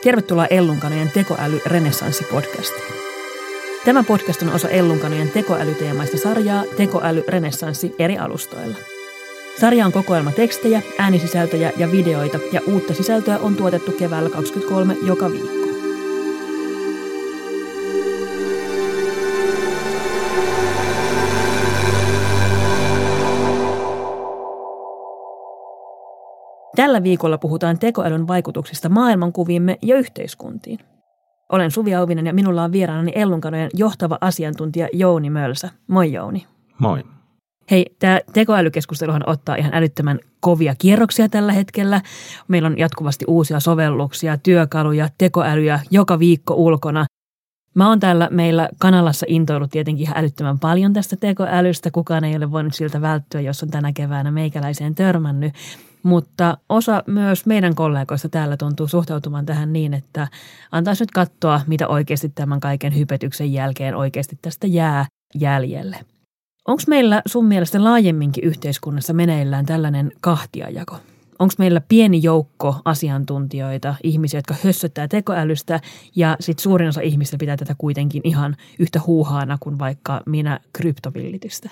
Tervetuloa Ellunkanojen tekoäly-renessanssi-podcastiin. Tämä podcast on osa Ellunkanojen tekoälyteemaista sarjaa Tekoäly-renessanssi eri alustoilla. Sarja on kokoelma tekstejä, äänisisältöjä ja videoita, ja uutta sisältöä on tuotettu keväällä 2023 joka viikko. Tällä viikolla puhutaan tekoälyn vaikutuksista maailmankuviimme ja yhteiskuntiin. Olen Suvi Auvinen ja minulla on vieraanani Ellunkanojen johtava asiantuntija Jouni Mölsä. Moi Jouni. Moi. Hei, tämä tekoälykeskusteluhan ottaa ihan älyttömän kovia kierroksia tällä hetkellä. Meillä on jatkuvasti uusia sovelluksia, työkaluja, tekoälyjä joka viikko ulkona. Mä oon täällä meillä kanalassa intoillut tietenkin ihan älyttömän paljon tästä tekoälystä. Kukaan ei ole voinut siltä välttyä, jos on tänä keväänä meikäläiseen törmännyt. Mutta osa myös meidän kollegoista täällä tuntuu suhtautumaan tähän niin, että antaisi nyt katsoa, mitä oikeasti tämän kaiken hypetyksen jälkeen oikeasti tästä jää jäljelle. Onko meillä sun mielestä laajemminkin yhteiskunnassa meneillään tällainen kahtiajako? Onko meillä pieni joukko asiantuntijoita, ihmisiä, jotka hössöttää tekoälystä ja sitten suurin osa ihmistä pitää tätä kuitenkin ihan yhtä huuhaana kuin vaikka minä kryptovillitystä?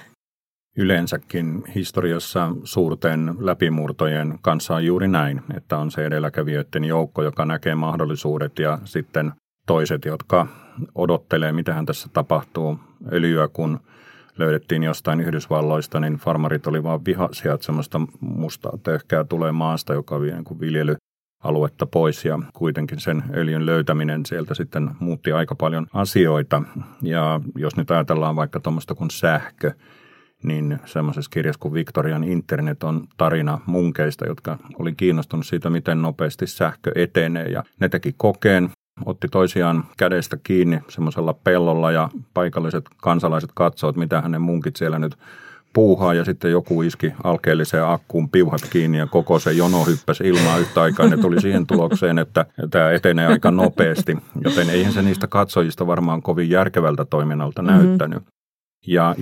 Yleensäkin historiassa suurten läpimurtojen kanssa on juuri näin, että on se edelläkävijöiden joukko, joka näkee mahdollisuudet ja sitten toiset, jotka odottelee, mitähän tässä tapahtuu. Öljyä, kun löydettiin jostain Yhdysvalloista, niin farmarit oli vaan vihaisia, että semmoista mustaa töhkää tulee maasta, joka vie viljelyaluetta pois ja kuitenkin sen öljyn löytäminen sieltä sitten muutti aika paljon asioita. Ja jos nyt ajatellaan vaikka tuommoista kuin sähkö, niin semmoisessa kirjassa kuin Victorian Internet on tarina munkeista, jotka oli kiinnostunut siitä, miten nopeasti sähkö etenee. Ja ne teki kokeen, otti toisiaan kädestä kiinni semmoisella pellolla ja paikalliset kansalaiset katsoivat, mitä hänen munkit siellä nyt puuhaa. Ja sitten joku iski alkeelliseen akkuun piuhat kiinni ja koko se jono hyppäsi ilmaa yhtä aikaa. Ne tuli siihen tulokseen, että tämä etenee aika nopeasti, joten eihän se niistä katsojista varmaan kovin järkevältä toiminnalta näyttänyt. Ja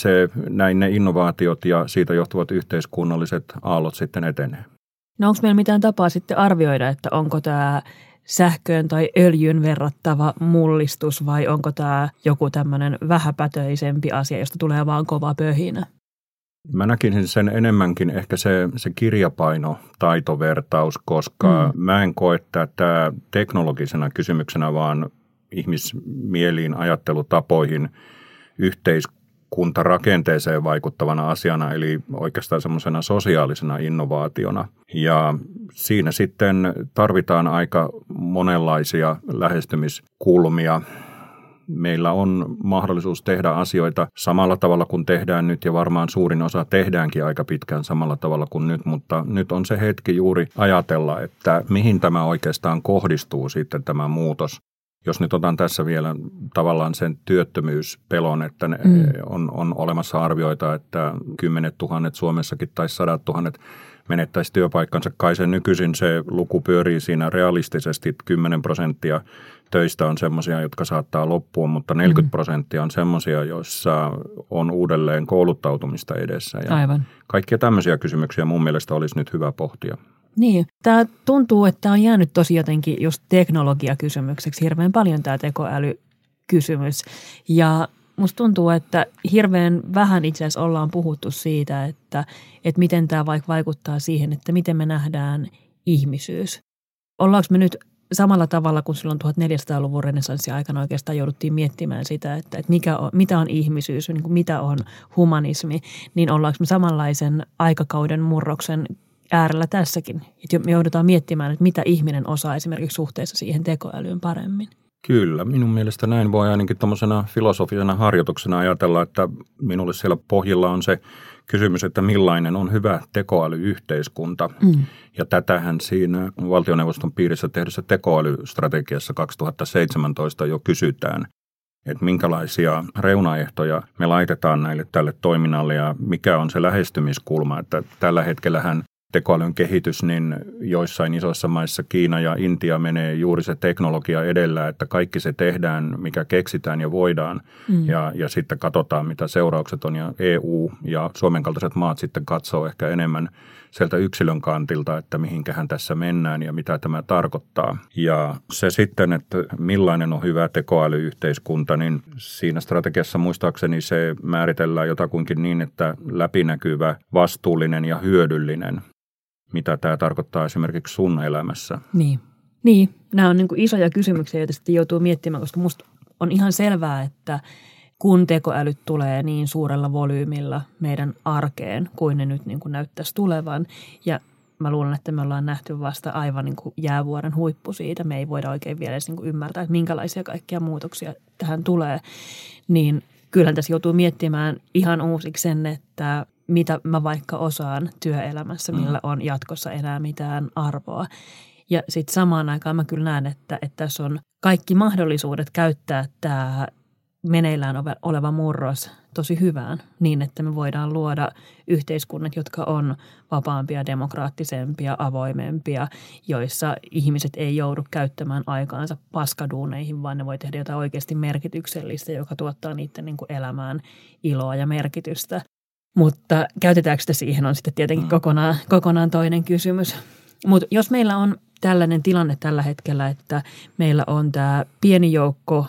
näin ne innovaatiot ja siitä johtuvat yhteiskunnalliset aallot sitten etenee. No onko meillä mitään tapaa sitten arvioida, että onko tämä sähköön tai öljyn verrattava mullistus vai onko tämä joku tämmöinen vähäpätöisempi asia, josta tulee vaan kova pöhinä? Mä näkisin sen enemmänkin ehkä se kirjapaino-taitovertaus, koska mä en koe tätä teknologisena kysymyksenä, vaan ihmismieliin, ajattelutapoihin, yhteiskuntarakenteeseen vaikuttavana asiana, eli oikeastaan semmoisena sosiaalisena innovaationa. Ja siinä sitten tarvitaan aika monenlaisia lähestymiskulmia. Meillä on mahdollisuus tehdä asioita samalla tavalla kuin tehdään nyt, ja varmaan suurin osa tehdäänkin aika pitkään samalla tavalla kuin nyt, mutta nyt on se hetki juuri ajatella, että mihin tämä oikeastaan kohdistuu sitten tämä muutos. Jos nyt otan tässä vielä tavallaan sen työttömyyspelon, että on olemassa arvioita, että 10 000 Suomessakin tai 100 000 menettäisi työpaikkansa. Kai se nykyisin se luku pyörii siinä realistisesti, että 10% töistä on semmoisia, jotka saattaa loppua, mutta 40% on semmoisia, joissa on uudelleen kouluttautumista edessä. Ja aivan. Kaikkia tämmöisiä kysymyksiä mun mielestä olisi nyt hyvä pohtia. Niin, tämä tuntuu, että on jäänyt tosi jotenkin just teknologiakysymykseksi hirveän paljon tämä tekoälykysymys. Ja musta tuntuu, että hirveän vähän itse asiassa ollaan puhuttu siitä, että miten tämä vaikuttaa siihen, että miten me nähdään ihmisyys. Ollaanko me nyt samalla tavalla kuin silloin 1400-luvun renessanssin aikana oikeastaan jouduttiin miettimään sitä, että mitä on ihmisyys, niin kuin mitä on humanismi, niin ollaanko me samanlaisen aikakauden murroksen äärellä tässäkin. Että me joudutaan miettimään, että mitä ihminen osaa esimerkiksi suhteessa siihen tekoälyyn paremmin. Kyllä, minun mielestä näin voi ainakin tuommoisena filosofisena harjoituksena ajatella, että minulle siellä pohjilla on se kysymys, että millainen on hyvä tekoälyyhteiskunta. Ja tätähän siinä valtioneuvoston piirissä tehdyssä tekoälystrategiassa 2017 jo kysytään, että minkälaisia reunaehtoja me laitetaan tälle toiminnalle ja mikä on se lähestymiskulma, että tällä hetkellähän tekoälyn kehitys, niin joissain isoissa maissa Kiina ja Intia menee juuri se teknologia edellä, että kaikki se tehdään, mikä keksitään ja voidaan. Ja sitten katsotaan, mitä seuraukset on. Ja EU ja Suomen kaltaiset maat sitten katsoo ehkä enemmän sieltä yksilön kantilta, että mihinkähän tässä mennään ja mitä tämä tarkoittaa. Ja se sitten, että millainen on hyvä tekoälyyhteiskunta, niin siinä strategiassa muistaakseni se määritellään jotakuinkin niin, että läpinäkyvä, vastuullinen ja hyödyllinen. Mitä tämä tarkoittaa esimerkiksi sun elämässä? Niin. Nämä on niin kuin isoja kysymyksiä, joita sitten joutuu miettimään, koska musta on ihan selvää, että kun tekoälyt tulee niin suurella volyymilla meidän arkeen, kuin ne nyt niin kuin näyttäisi tulevan. Ja mä luulen, että me ollaan nähty vasta aivan niin kuin jäävuoren huippu siitä. Me ei voida oikein vielä edes niin kuin ymmärtää, että minkälaisia kaikkia muutoksia tähän tulee. Niin kyllähän tässä joutuu miettimään ihan uusiksi sen, että mitä mä vaikka osaan työelämässä, millä on jatkossa enää mitään arvoa. Ja sitten samaan aikaan mä kyllä näen, että tässä on kaikki mahdollisuudet käyttää tämä meneillään oleva murros tosi hyvään niin, että me voidaan luoda yhteiskunnat, jotka on vapaampia, demokraattisempia, avoimempia, joissa ihmiset ei joudu käyttämään aikaansa paskaduuneihin, vaan ne voi tehdä jotain oikeasti merkityksellistä, joka tuottaa niiden niin kuin elämään iloa ja merkitystä. Mutta käytetäänkö sitä siihen on sitten tietenkin kokonaan toinen kysymys. Mutta jos meillä on tällainen tilanne tällä hetkellä, että meillä on tämä pieni joukko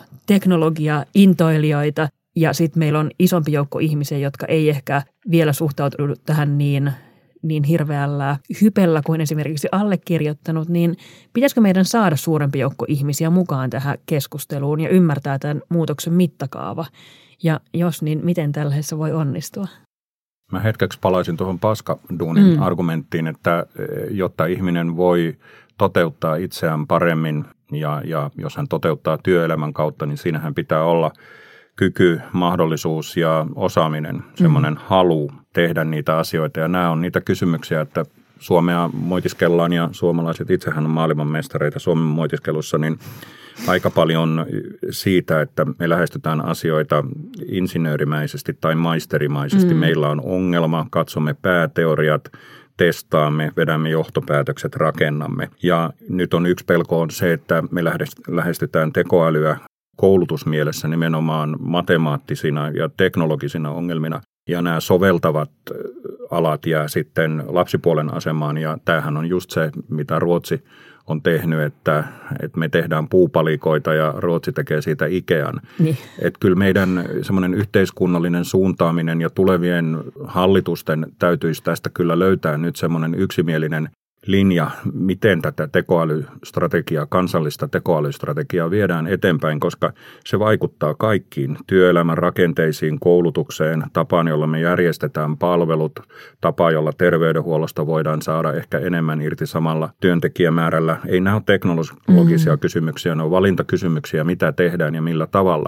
teknologia-intoilijoita ja sitten meillä on isompi joukko ihmisiä, jotka ei ehkä vielä suhtautunut tähän niin hirveällä hypellä kuin esimerkiksi allekirjoittanut, niin pitäisikö meidän saada suurempi joukko ihmisiä mukaan tähän keskusteluun ja ymmärtää tämän muutoksen mittakaava? Ja jos niin, miten tällaisessa voi onnistua? Mä hetkeksi palaisin tuohon paskaduunin argumenttiin, että jotta ihminen voi toteuttaa itseään paremmin ja jos hän toteuttaa työelämän kautta, niin siinähän pitää olla kyky, mahdollisuus ja osaaminen, semmoinen halu tehdä niitä asioita. Ja nämä on niitä kysymyksiä, että Suomea moitiskellaan ja suomalaiset itsehän on maailmanmestareita Suomen moitiskelussa, niin aika paljon siitä, että me lähestytään asioita insinöörimäisesti tai maisterimaisesti. Meillä on ongelma, katsomme pääteoriat, testaamme, vedämme johtopäätökset, rakennamme. Ja nyt on yksi pelko on se, että me lähestytään tekoälyä koulutusmielessä nimenomaan matemaattisina ja teknologisina ongelmina. Ja nämä soveltavat alat jää sitten lapsipuolen asemaan ja tämähän on just se, mitä Ruotsi on tehnyt, että me tehdään puupalikoita ja Ruotsi tekee siitä Ikean. Niin. Että kyllä meidän semmoinen yhteiskunnallinen suuntaaminen ja tulevien hallitusten täytyisi tästä kyllä löytää nyt semmoinen yksimielinen linja, miten tätä tekoälystrategiaa, kansallista tekoälystrategiaa viedään eteenpäin, koska se vaikuttaa kaikkiin työelämän rakenteisiin, koulutukseen, tapaan, jolla me järjestetään palvelut, tapaan, jolla terveydenhuollosta voidaan saada ehkä enemmän irti samalla työntekijämäärällä. Ei nämä ole teknologisia kysymyksiä, ne on valintakysymyksiä, mitä tehdään ja millä tavalla.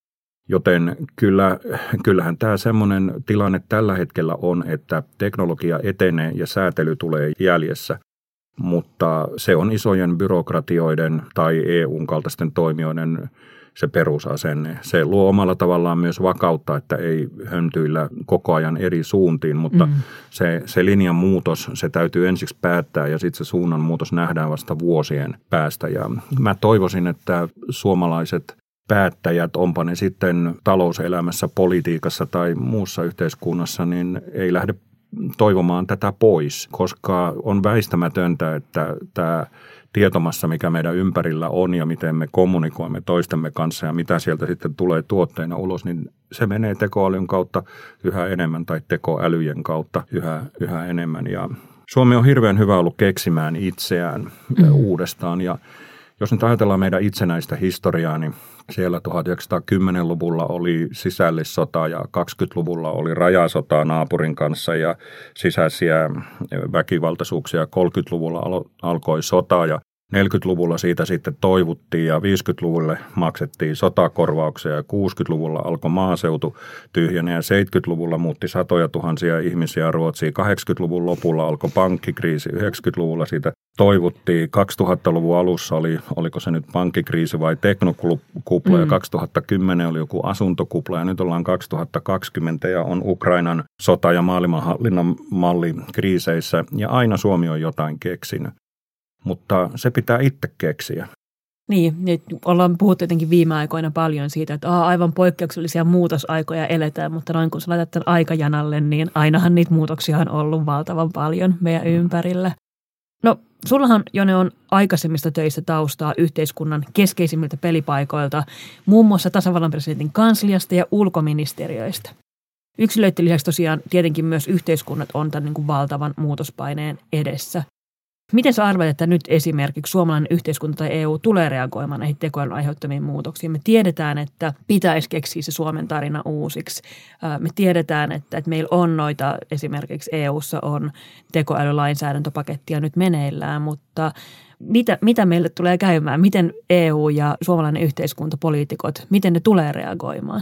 Joten kyllähän tämä semmoinen tilanne tällä hetkellä on, että teknologia etenee ja säätely tulee jäljessä, mutta se on isojen byrokratioiden tai EUn kaltaisten toimijoiden se perusasenne. Se luo omalla tavallaan myös vakautta, että ei höntyillä koko ajan eri suuntiin, mutta se linjan muutos, se täytyy ensiksi päättää ja sitten se suunnan muutos nähdään vasta vuosien päästä. Ja mä toivoisin, että suomalaiset päättäjät, onpa ne sitten talouselämässä, politiikassa tai muussa yhteiskunnassa, niin ei lähde toivomaan tätä pois, koska on väistämätöntä, että tämä tietomassa, mikä meidän ympärillä on ja miten me kommunikoimme toistemme kanssa ja mitä sieltä sitten tulee tuotteina ulos, niin se menee tekoälyn kautta yhä enemmän tai tekoälyjen kautta yhä enemmän. Ja Suomi on hirveän hyvä ollut keksimään itseään uudestaan ja jos nyt ajatellaan meidän itsenäistä historiaa, niin siellä 1910-luvulla oli sisällissota ja 20-luvulla oli rajasotaa naapurin kanssa ja sisäisiä väkivaltaisuuksia. 30-luvulla alkoi sota ja 40-luvulla siitä sitten toivuttiin ja 50-luvulle maksettiin sotakorvauksia ja 60-luvulla alkoi maaseutu tyhjänä ja 70-luvulla muutti satoja tuhansia ihmisiä Ruotsiin. 80-luvun lopulla alkoi pankkikriisi, 90-luvulla siitä toivuttiin. 2000-luvun alussa oliko se nyt pankkikriisi vai teknokupla ja 2010 oli joku asuntokupla ja nyt ollaan 2020 ja on Ukrainan sota ja maailmanhallinnan malli kriiseissä ja aina Suomi on jotain keksinyt. Mutta se pitää itse keksiä. Niin, nyt ollaan puhuttu jotenkin viime aikoina paljon siitä, että aivan poikkeuksellisia muutosaikoja eletään, mutta noin kun sä laitat tämän aikajanalle, niin ainahan niitä muutoksia on ollut valtavan paljon meidän ympärillä. No, sullahan, Jone, on aikaisemmista töistä taustaa yhteiskunnan keskeisimmiltä pelipaikoilta, muun muassa tasavallan presidentin kansliasta ja ulkoministeriöistä. Yksilöiden lisäksi tosiaan tietenkin myös yhteiskunnat on tämän niin kuin valtavan muutospaineen edessä. Miten sä arvelet, että nyt esimerkiksi suomalainen yhteiskunta tai EU tulee reagoimaan näihin tekoälyn aiheuttamiin muutoksiin? Me tiedetään, että pitäisi keksiä se Suomen tarina uusiksi. Me tiedetään, että meillä on noita, esimerkiksi EU:ssa on tekoälylainsäädäntöpakettia nyt meneillään, mutta mitä meille tulee käymään? Miten EU ja suomalainen yhteiskunta, poliitikot, miten ne tulee reagoimaan?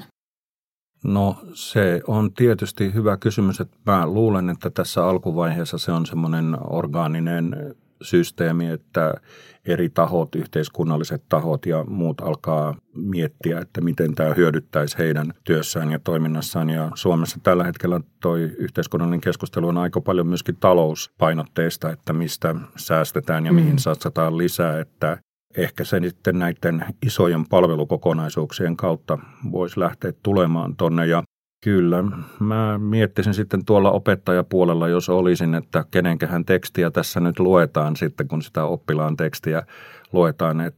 No se on tietysti hyvä kysymys, että mä luulen, että tässä alkuvaiheessa se on semmoinen orgaaninen systeemi, että eri tahot, yhteiskunnalliset tahot ja muut alkaa miettiä, että miten tämä hyödyttäisi heidän työssään ja toiminnassaan. Ja Suomessa tällä hetkellä toi yhteiskunnallinen keskustelu on aika paljon myöskin talouspainotteista, että mistä säästetään ja mihin satsataan lisää, että ehkä se sitten näiden isojen palvelukokonaisuuksien kautta voisi lähteä tulemaan tonne. Ja kyllä, mä miettisin sitten tuolla opettajapuolella, jos olisin, että kenenkähän tekstiä tässä nyt luetaan sitten, kun sitä oppilaan tekstiä luetaan, että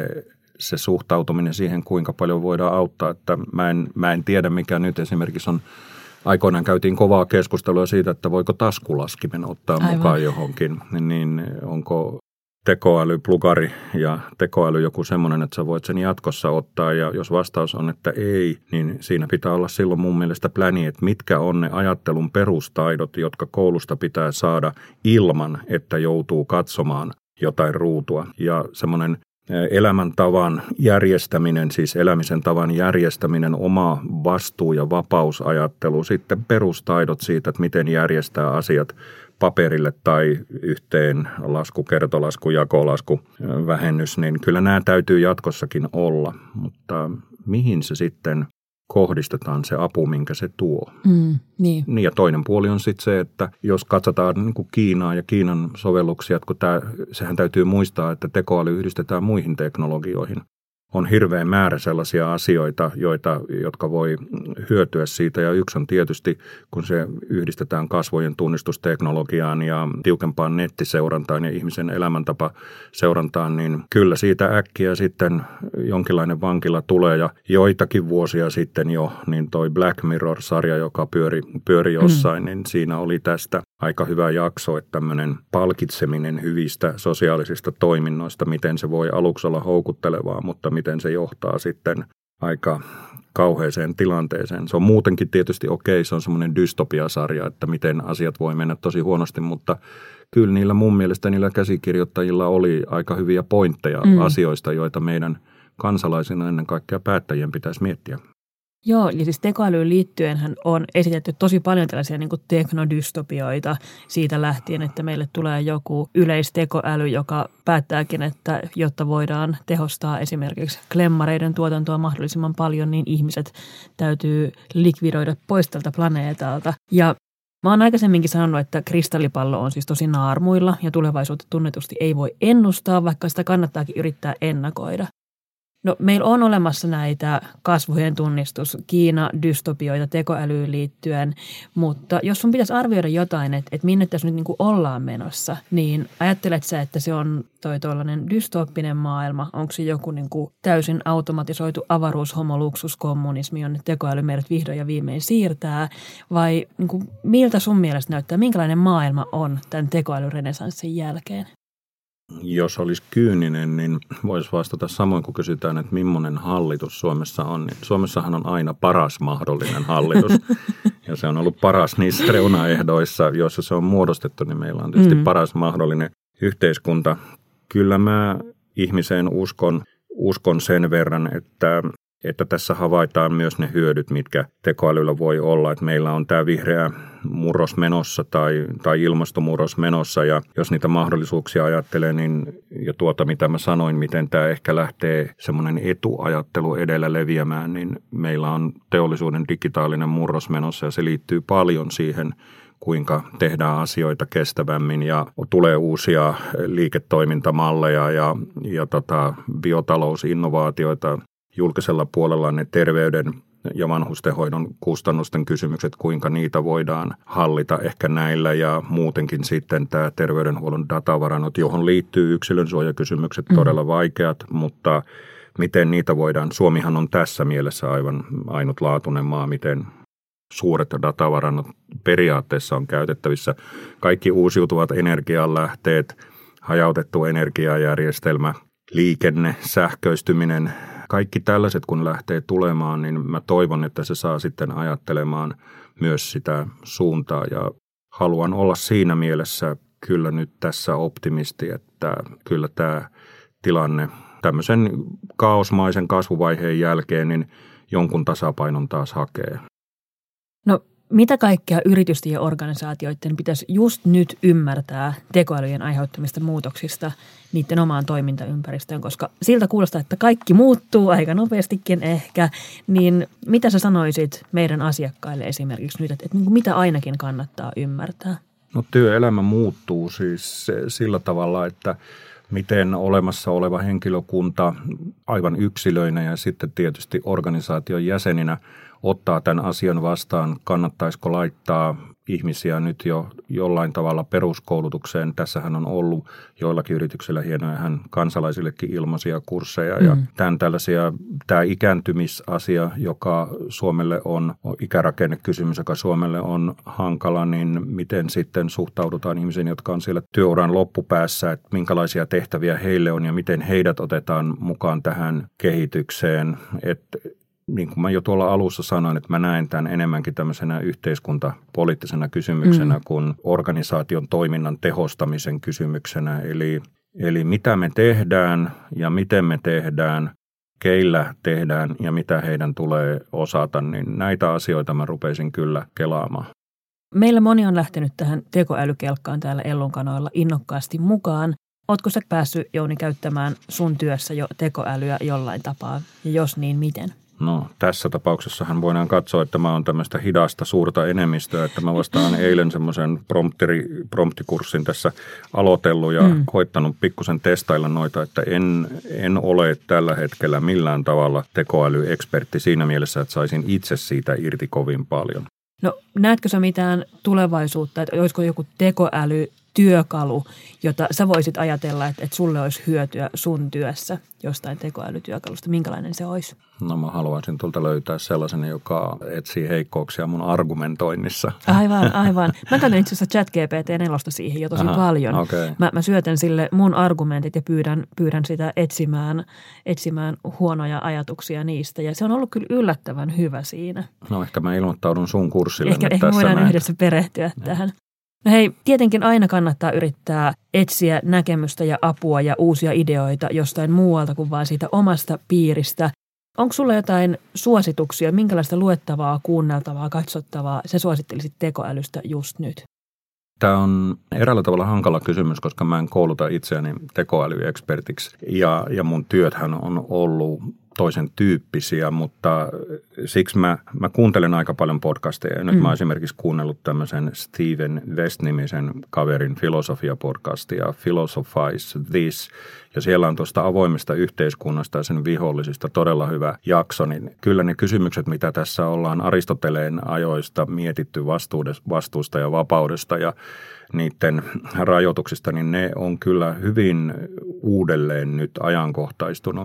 se suhtautuminen siihen, kuinka paljon voidaan auttaa. Että mä en tiedä, mikä nyt esimerkiksi on. Aikoinaan käytiin kovaa keskustelua siitä, että voiko taskulaskimen ottaa mukaan johonkin, niin onko tekoälyplugari ja tekoäly joku semmoinen, että sä voit sen jatkossa ottaa ja jos vastaus on, että ei, niin siinä pitää olla silloin mun mielestä pläni, että mitkä on ne ajattelun perustaidot, jotka koulusta pitää saada ilman, että joutuu katsomaan jotain ruutua ja semmoinen elämäntavan järjestäminen, siis elämisen tavan järjestäminen, oma vastuu- ja vapausajattelu, sitten perustaidot siitä, että miten järjestää asiat paperille tai yhteen lasku, kertolasku, jakolasku, vähennys, niin kyllä nämä täytyy jatkossakin olla, mutta mihin se sitten kohdistetaan se apu, minkä se tuo. Niin. Ja toinen puoli on sitten se, että jos katsotaan niin kuin Kiinaa ja Kiinan sovelluksia, kun sehän täytyy muistaa, että tekoäly yhdistetään muihin teknologioihin. On hirveä määrä sellaisia asioita, jotka voi hyötyä siitä ja yksi on tietysti, kun se yhdistetään kasvojen tunnistusteknologiaan ja tiukempaan nettiseurantaan ja ihmisen elämäntapaseurantaan, niin kyllä siitä äkkiä sitten jonkinlainen vankila tulee ja joitakin vuosia sitten jo, niin toi Black Mirror-sarja, joka pyöri jossain, niin siinä oli tästä aika hyvä jakso, että tämmöinen palkitseminen hyvistä sosiaalisista toiminnoista, miten se voi aluksi olla houkuttelevaa, mutta miten se johtaa sitten aika kauheeseen tilanteeseen. Se on muutenkin tietysti okei, se on semmoinen dystopiasarja, että miten asiat voi mennä tosi huonosti, mutta kyllä niillä mun mielestä niillä käsikirjoittajilla oli aika hyviä pointteja asioista, joita meidän kansalaisina ennen kaikkea päättäjien pitäisi miettiä. Joo, ja siis tekoälyyn liittyenhän on esitetty tosi paljon tällaisia niin kuin teknodystopioita siitä lähtien, että meille tulee joku yleistekoäly, joka päättääkin, että jotta voidaan tehostaa esimerkiksi klemmareiden tuotantoa mahdollisimman paljon, niin ihmiset täytyy likvidoida pois tältä planeetalta. Ja mä oon aikaisemminkin sanonut, että kristallipallo on siis tosi naarmuilla ja tulevaisuutta tunnetusti ei voi ennustaa, vaikka sitä kannattaakin yrittää ennakoida. No, meillä on olemassa näitä kasvojen tunnistus, Kiina-dystopioita tekoälyyn liittyen, mutta jos sun pitäisi arvioida jotain, että minne tässä nyt niin kuin ollaan menossa, niin ajattelet sä, että se on tuollainen dystooppinen maailma? Onko se joku niin kuin täysin automatisoitu avaruushomoluksuskommunismi, jonne tekoäly meidät vihdoin ja viimein siirtää? Vai niin kuin, miltä sun mielestä näyttää, minkälainen maailma on tämän tekoälyrenesanssin jälkeen? Jos olisi kyyninen, niin voisi vastata samoin, kun kysytään, että millainen hallitus Suomessa on. Niin Suomessahan on aina paras mahdollinen hallitus ja se on ollut paras niissä reunaehdoissa, joissa se on muodostettu, niin meillä on tietysti paras mahdollinen yhteiskunta. Kyllä mä ihmiseen uskon sen verran, että tässä havaitaan myös ne hyödyt, mitkä tekoälyllä voi olla. Että meillä on tämä vihreä murros menossa tai ilmastomurros menossa, ja jos niitä mahdollisuuksia ajattelee, niin ja mitä mä sanoin, miten tämä ehkä lähtee semmoinen etuajattelu edellä leviämään, niin meillä on teollisuuden digitaalinen murros menossa, ja se liittyy paljon siihen, kuinka tehdään asioita kestävämmin, ja tulee uusia liiketoimintamalleja ja biotalousinnovaatioita. Julkisella puolella ne terveyden ja vanhustenhoidon kustannusten kysymykset, kuinka niitä voidaan hallita ehkä näillä, ja muutenkin sitten tämä terveydenhuollon datavarannot, johon liittyy yksilönsuojakysymykset todella vaikeat, mutta miten niitä voidaan, Suomihan on tässä mielessä aivan ainutlaatuinen maa, miten suuret datavarannot periaatteessa on käytettävissä. Kaikki uusiutuvat energianlähteet, hajautettu energiajärjestelmä, liikenne, sähköistyminen, kaikki tällaiset kun lähtee tulemaan, niin mä toivon, että se saa sitten ajattelemaan myös sitä suuntaa, ja haluan olla siinä mielessä kyllä nyt tässä optimisti, että kyllä tämä tilanne tämmöisen kaosmaisen kasvuvaiheen jälkeen niin jonkun tasapainon taas hakee. No mitä kaikkea yritysten ja organisaatioiden pitäisi just nyt ymmärtää tekoälyjen aiheuttamista muutoksista niiden omaan toimintaympäristöön, koska siltä kuulostaa, että kaikki muuttuu aika nopeastikin ehkä, niin mitä sä sanoisit meidän asiakkaille esimerkiksi nyt, että mitä ainakin kannattaa ymmärtää? No työelämä muuttuu siis sillä tavalla, että miten olemassa oleva henkilökunta aivan yksilöinä ja sitten tietysti organisaation jäseninä ottaa tämän asian vastaan, kannattaisiko laittaa ihmisiä nyt jo jollain tavalla peruskoulutukseen. Tässähän on ollut joillakin yrityksillä hienoja kansalaisillekin ilmaisia kursseja ja tämä ikääntymisasia, joka Suomelle on ikärakennekysymys, joka Suomelle on hankala, niin miten sitten suhtaudutaan ihmisiin, jotka on siellä työuran loppupäässä, että minkälaisia tehtäviä heille on ja miten heidät otetaan mukaan tähän kehitykseen, että niin kuin mä jo tuolla alussa sanoin, että mä näen tämän enemmänkin tämmöisenä yhteiskuntapoliittisena kysymyksenä kuin organisaation toiminnan tehostamisen kysymyksenä. Eli mitä me tehdään ja miten me tehdään, keillä tehdään ja mitä heidän tulee osata, niin näitä asioita mä rupeisin kyllä kelaamaan. Meillä moni on lähtenyt tähän tekoälykelkkaan täällä Ellun kanoilla innokkaasti mukaan. Ootko sä päässyt, Jouni, käyttämään sun työssä jo tekoälyä jollain tapaa ja jos niin, miten? No tässä tapauksessahan voidaan katsoa, että mä oon tämmöistä hidasta suurta enemmistöä, että mä vastaan eilen semmoisen promptikurssin tässä aloitellut ja koittanut pikkusen testailla noita, että en ole tällä hetkellä millään tavalla tekoälyekspertti siinä mielessä, että saisin itse siitä irti kovin paljon. No näetkö sä mitään tulevaisuutta, että olisiko joku tekoälytyökalu, jota sä voisit ajatella, että sulle olisi hyötyä sun työssä jostain tekoälytyökalusta? Minkälainen se olisi? No mä haluaisin tuolta löytää sellaisen, joka etsii heikkouksia mun argumentoinnissa. Aivan. Mä käytän itse asiassa ChatGPT-4 siihen jo tosi paljon. Okay. Mä syötän sille mun argumentit ja pyydän sitä etsimään huonoja ajatuksia niistä. Ja se on ollut kyllä yllättävän hyvä siinä. No ehkä mä ilmoittaudun sun kurssille. Ehkä voidaan yhdessä perehtyä tähän. No hei, tietenkin aina kannattaa yrittää etsiä näkemystä ja apua ja uusia ideoita jostain muualta kuin vaan siitä omasta piiristä. Onko sulla jotain suosituksia, minkälaista luettavaa, kuunneltavaa, katsottavaa sä suosittelisit tekoälystä just nyt? Tämä on eräällä tavalla hankala kysymys, koska mä en kouluta itseäni tekoälyekspertiksi ja mun työthän on ollut toisen tyyppisiä, mutta siksi mä kuuntelen aika paljon podcasteja. Nyt mä oon esimerkiksi kuunnellut tämmöisen Steven West-nimisen kaverin filosofiapodcastia, Philosophize This, ja siellä on tuosta avoimesta yhteiskunnasta ja sen vihollisista todella hyvä jakso, niin kyllä ne kysymykset, mitä tässä ollaan Aristoteleen ajoista mietitty vastuusta ja vapaudesta ja niiden rajoituksista, niin ne on kyllä hyvin uudelleen nyt ajankohtaistunut.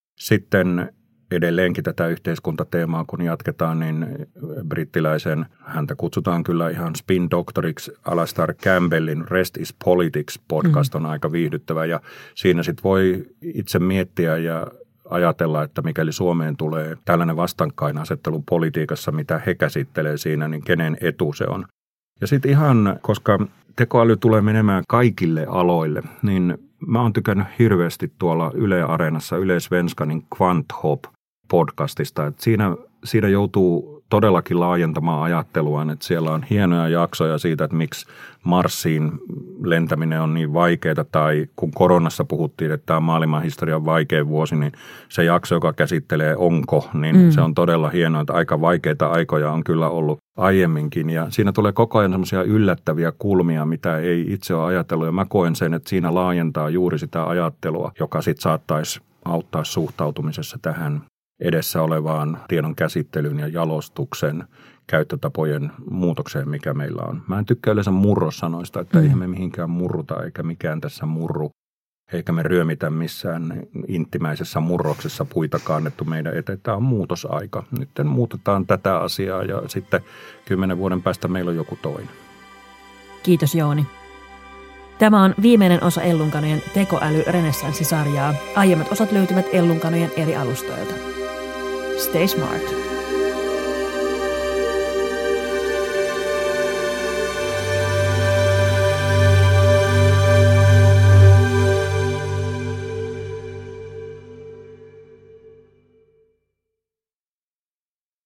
Sitten edelleenkin tätä yhteiskuntateemaa, kun jatketaan, niin brittiläisen, häntä kutsutaan kyllä ihan spin-doktoriksi, Alastair Campbellin Rest is Politics -podcast on aika viihdyttävä ja siinä sitten voi itse miettiä ja ajatella, että mikäli Suomeen tulee tällainen vastakkainasettelu politiikassa, mitä he käsittelee siinä, niin kenen etu se on. Ja sitten ihan, koska tekoäly tulee menemään kaikille aloille, niin Mä oon tykännyt hirveästi tuolla Yle Areenassa Yle Svenskanin Quanthop-podcastista, että siinä joutuu todellakin laajentamaan ajatteluaan, että siellä on hienoja jaksoja siitä, että miksi Marsiin lentäminen on niin vaikeaa, tai kun koronassa puhuttiin, että tämä on maailmanhistorian vaikein vuosi, niin se jakso, joka käsittelee onko, niin se on todella hienoa, että aika vaikeita aikoja on kyllä ollut aiemminkin, ja siinä tulee koko ajan semmoisia yllättäviä kulmia, mitä ei itse ole ajatellut, ja mä koen sen, että siinä laajentaa juuri sitä ajattelua, joka sitten saattaisi auttaa suhtautumisessa tähän edessä olevaan tiedon käsittelyn ja jalostuksen käyttötapojen muutokseen, mikä meillä on. Mä en tykkää yleensä murrosanoista, että eihän me mihinkään murruta eikä mikään tässä murru. Eikä me ryömitä missään inttimäisessä murroksessa puita kannettu meidän eteen. Tämä on muutosaika. Nyt muutetaan tätä asiaa ja sitten 10 vuoden päästä meillä on joku toinen. Kiitos Jouni. Tämä on viimeinen osa Ellunkanojen tekoäly-renessanssisarjaa. Aiemmat osat löytyvät Ellunkanojen eri alustoilta. Stay smart.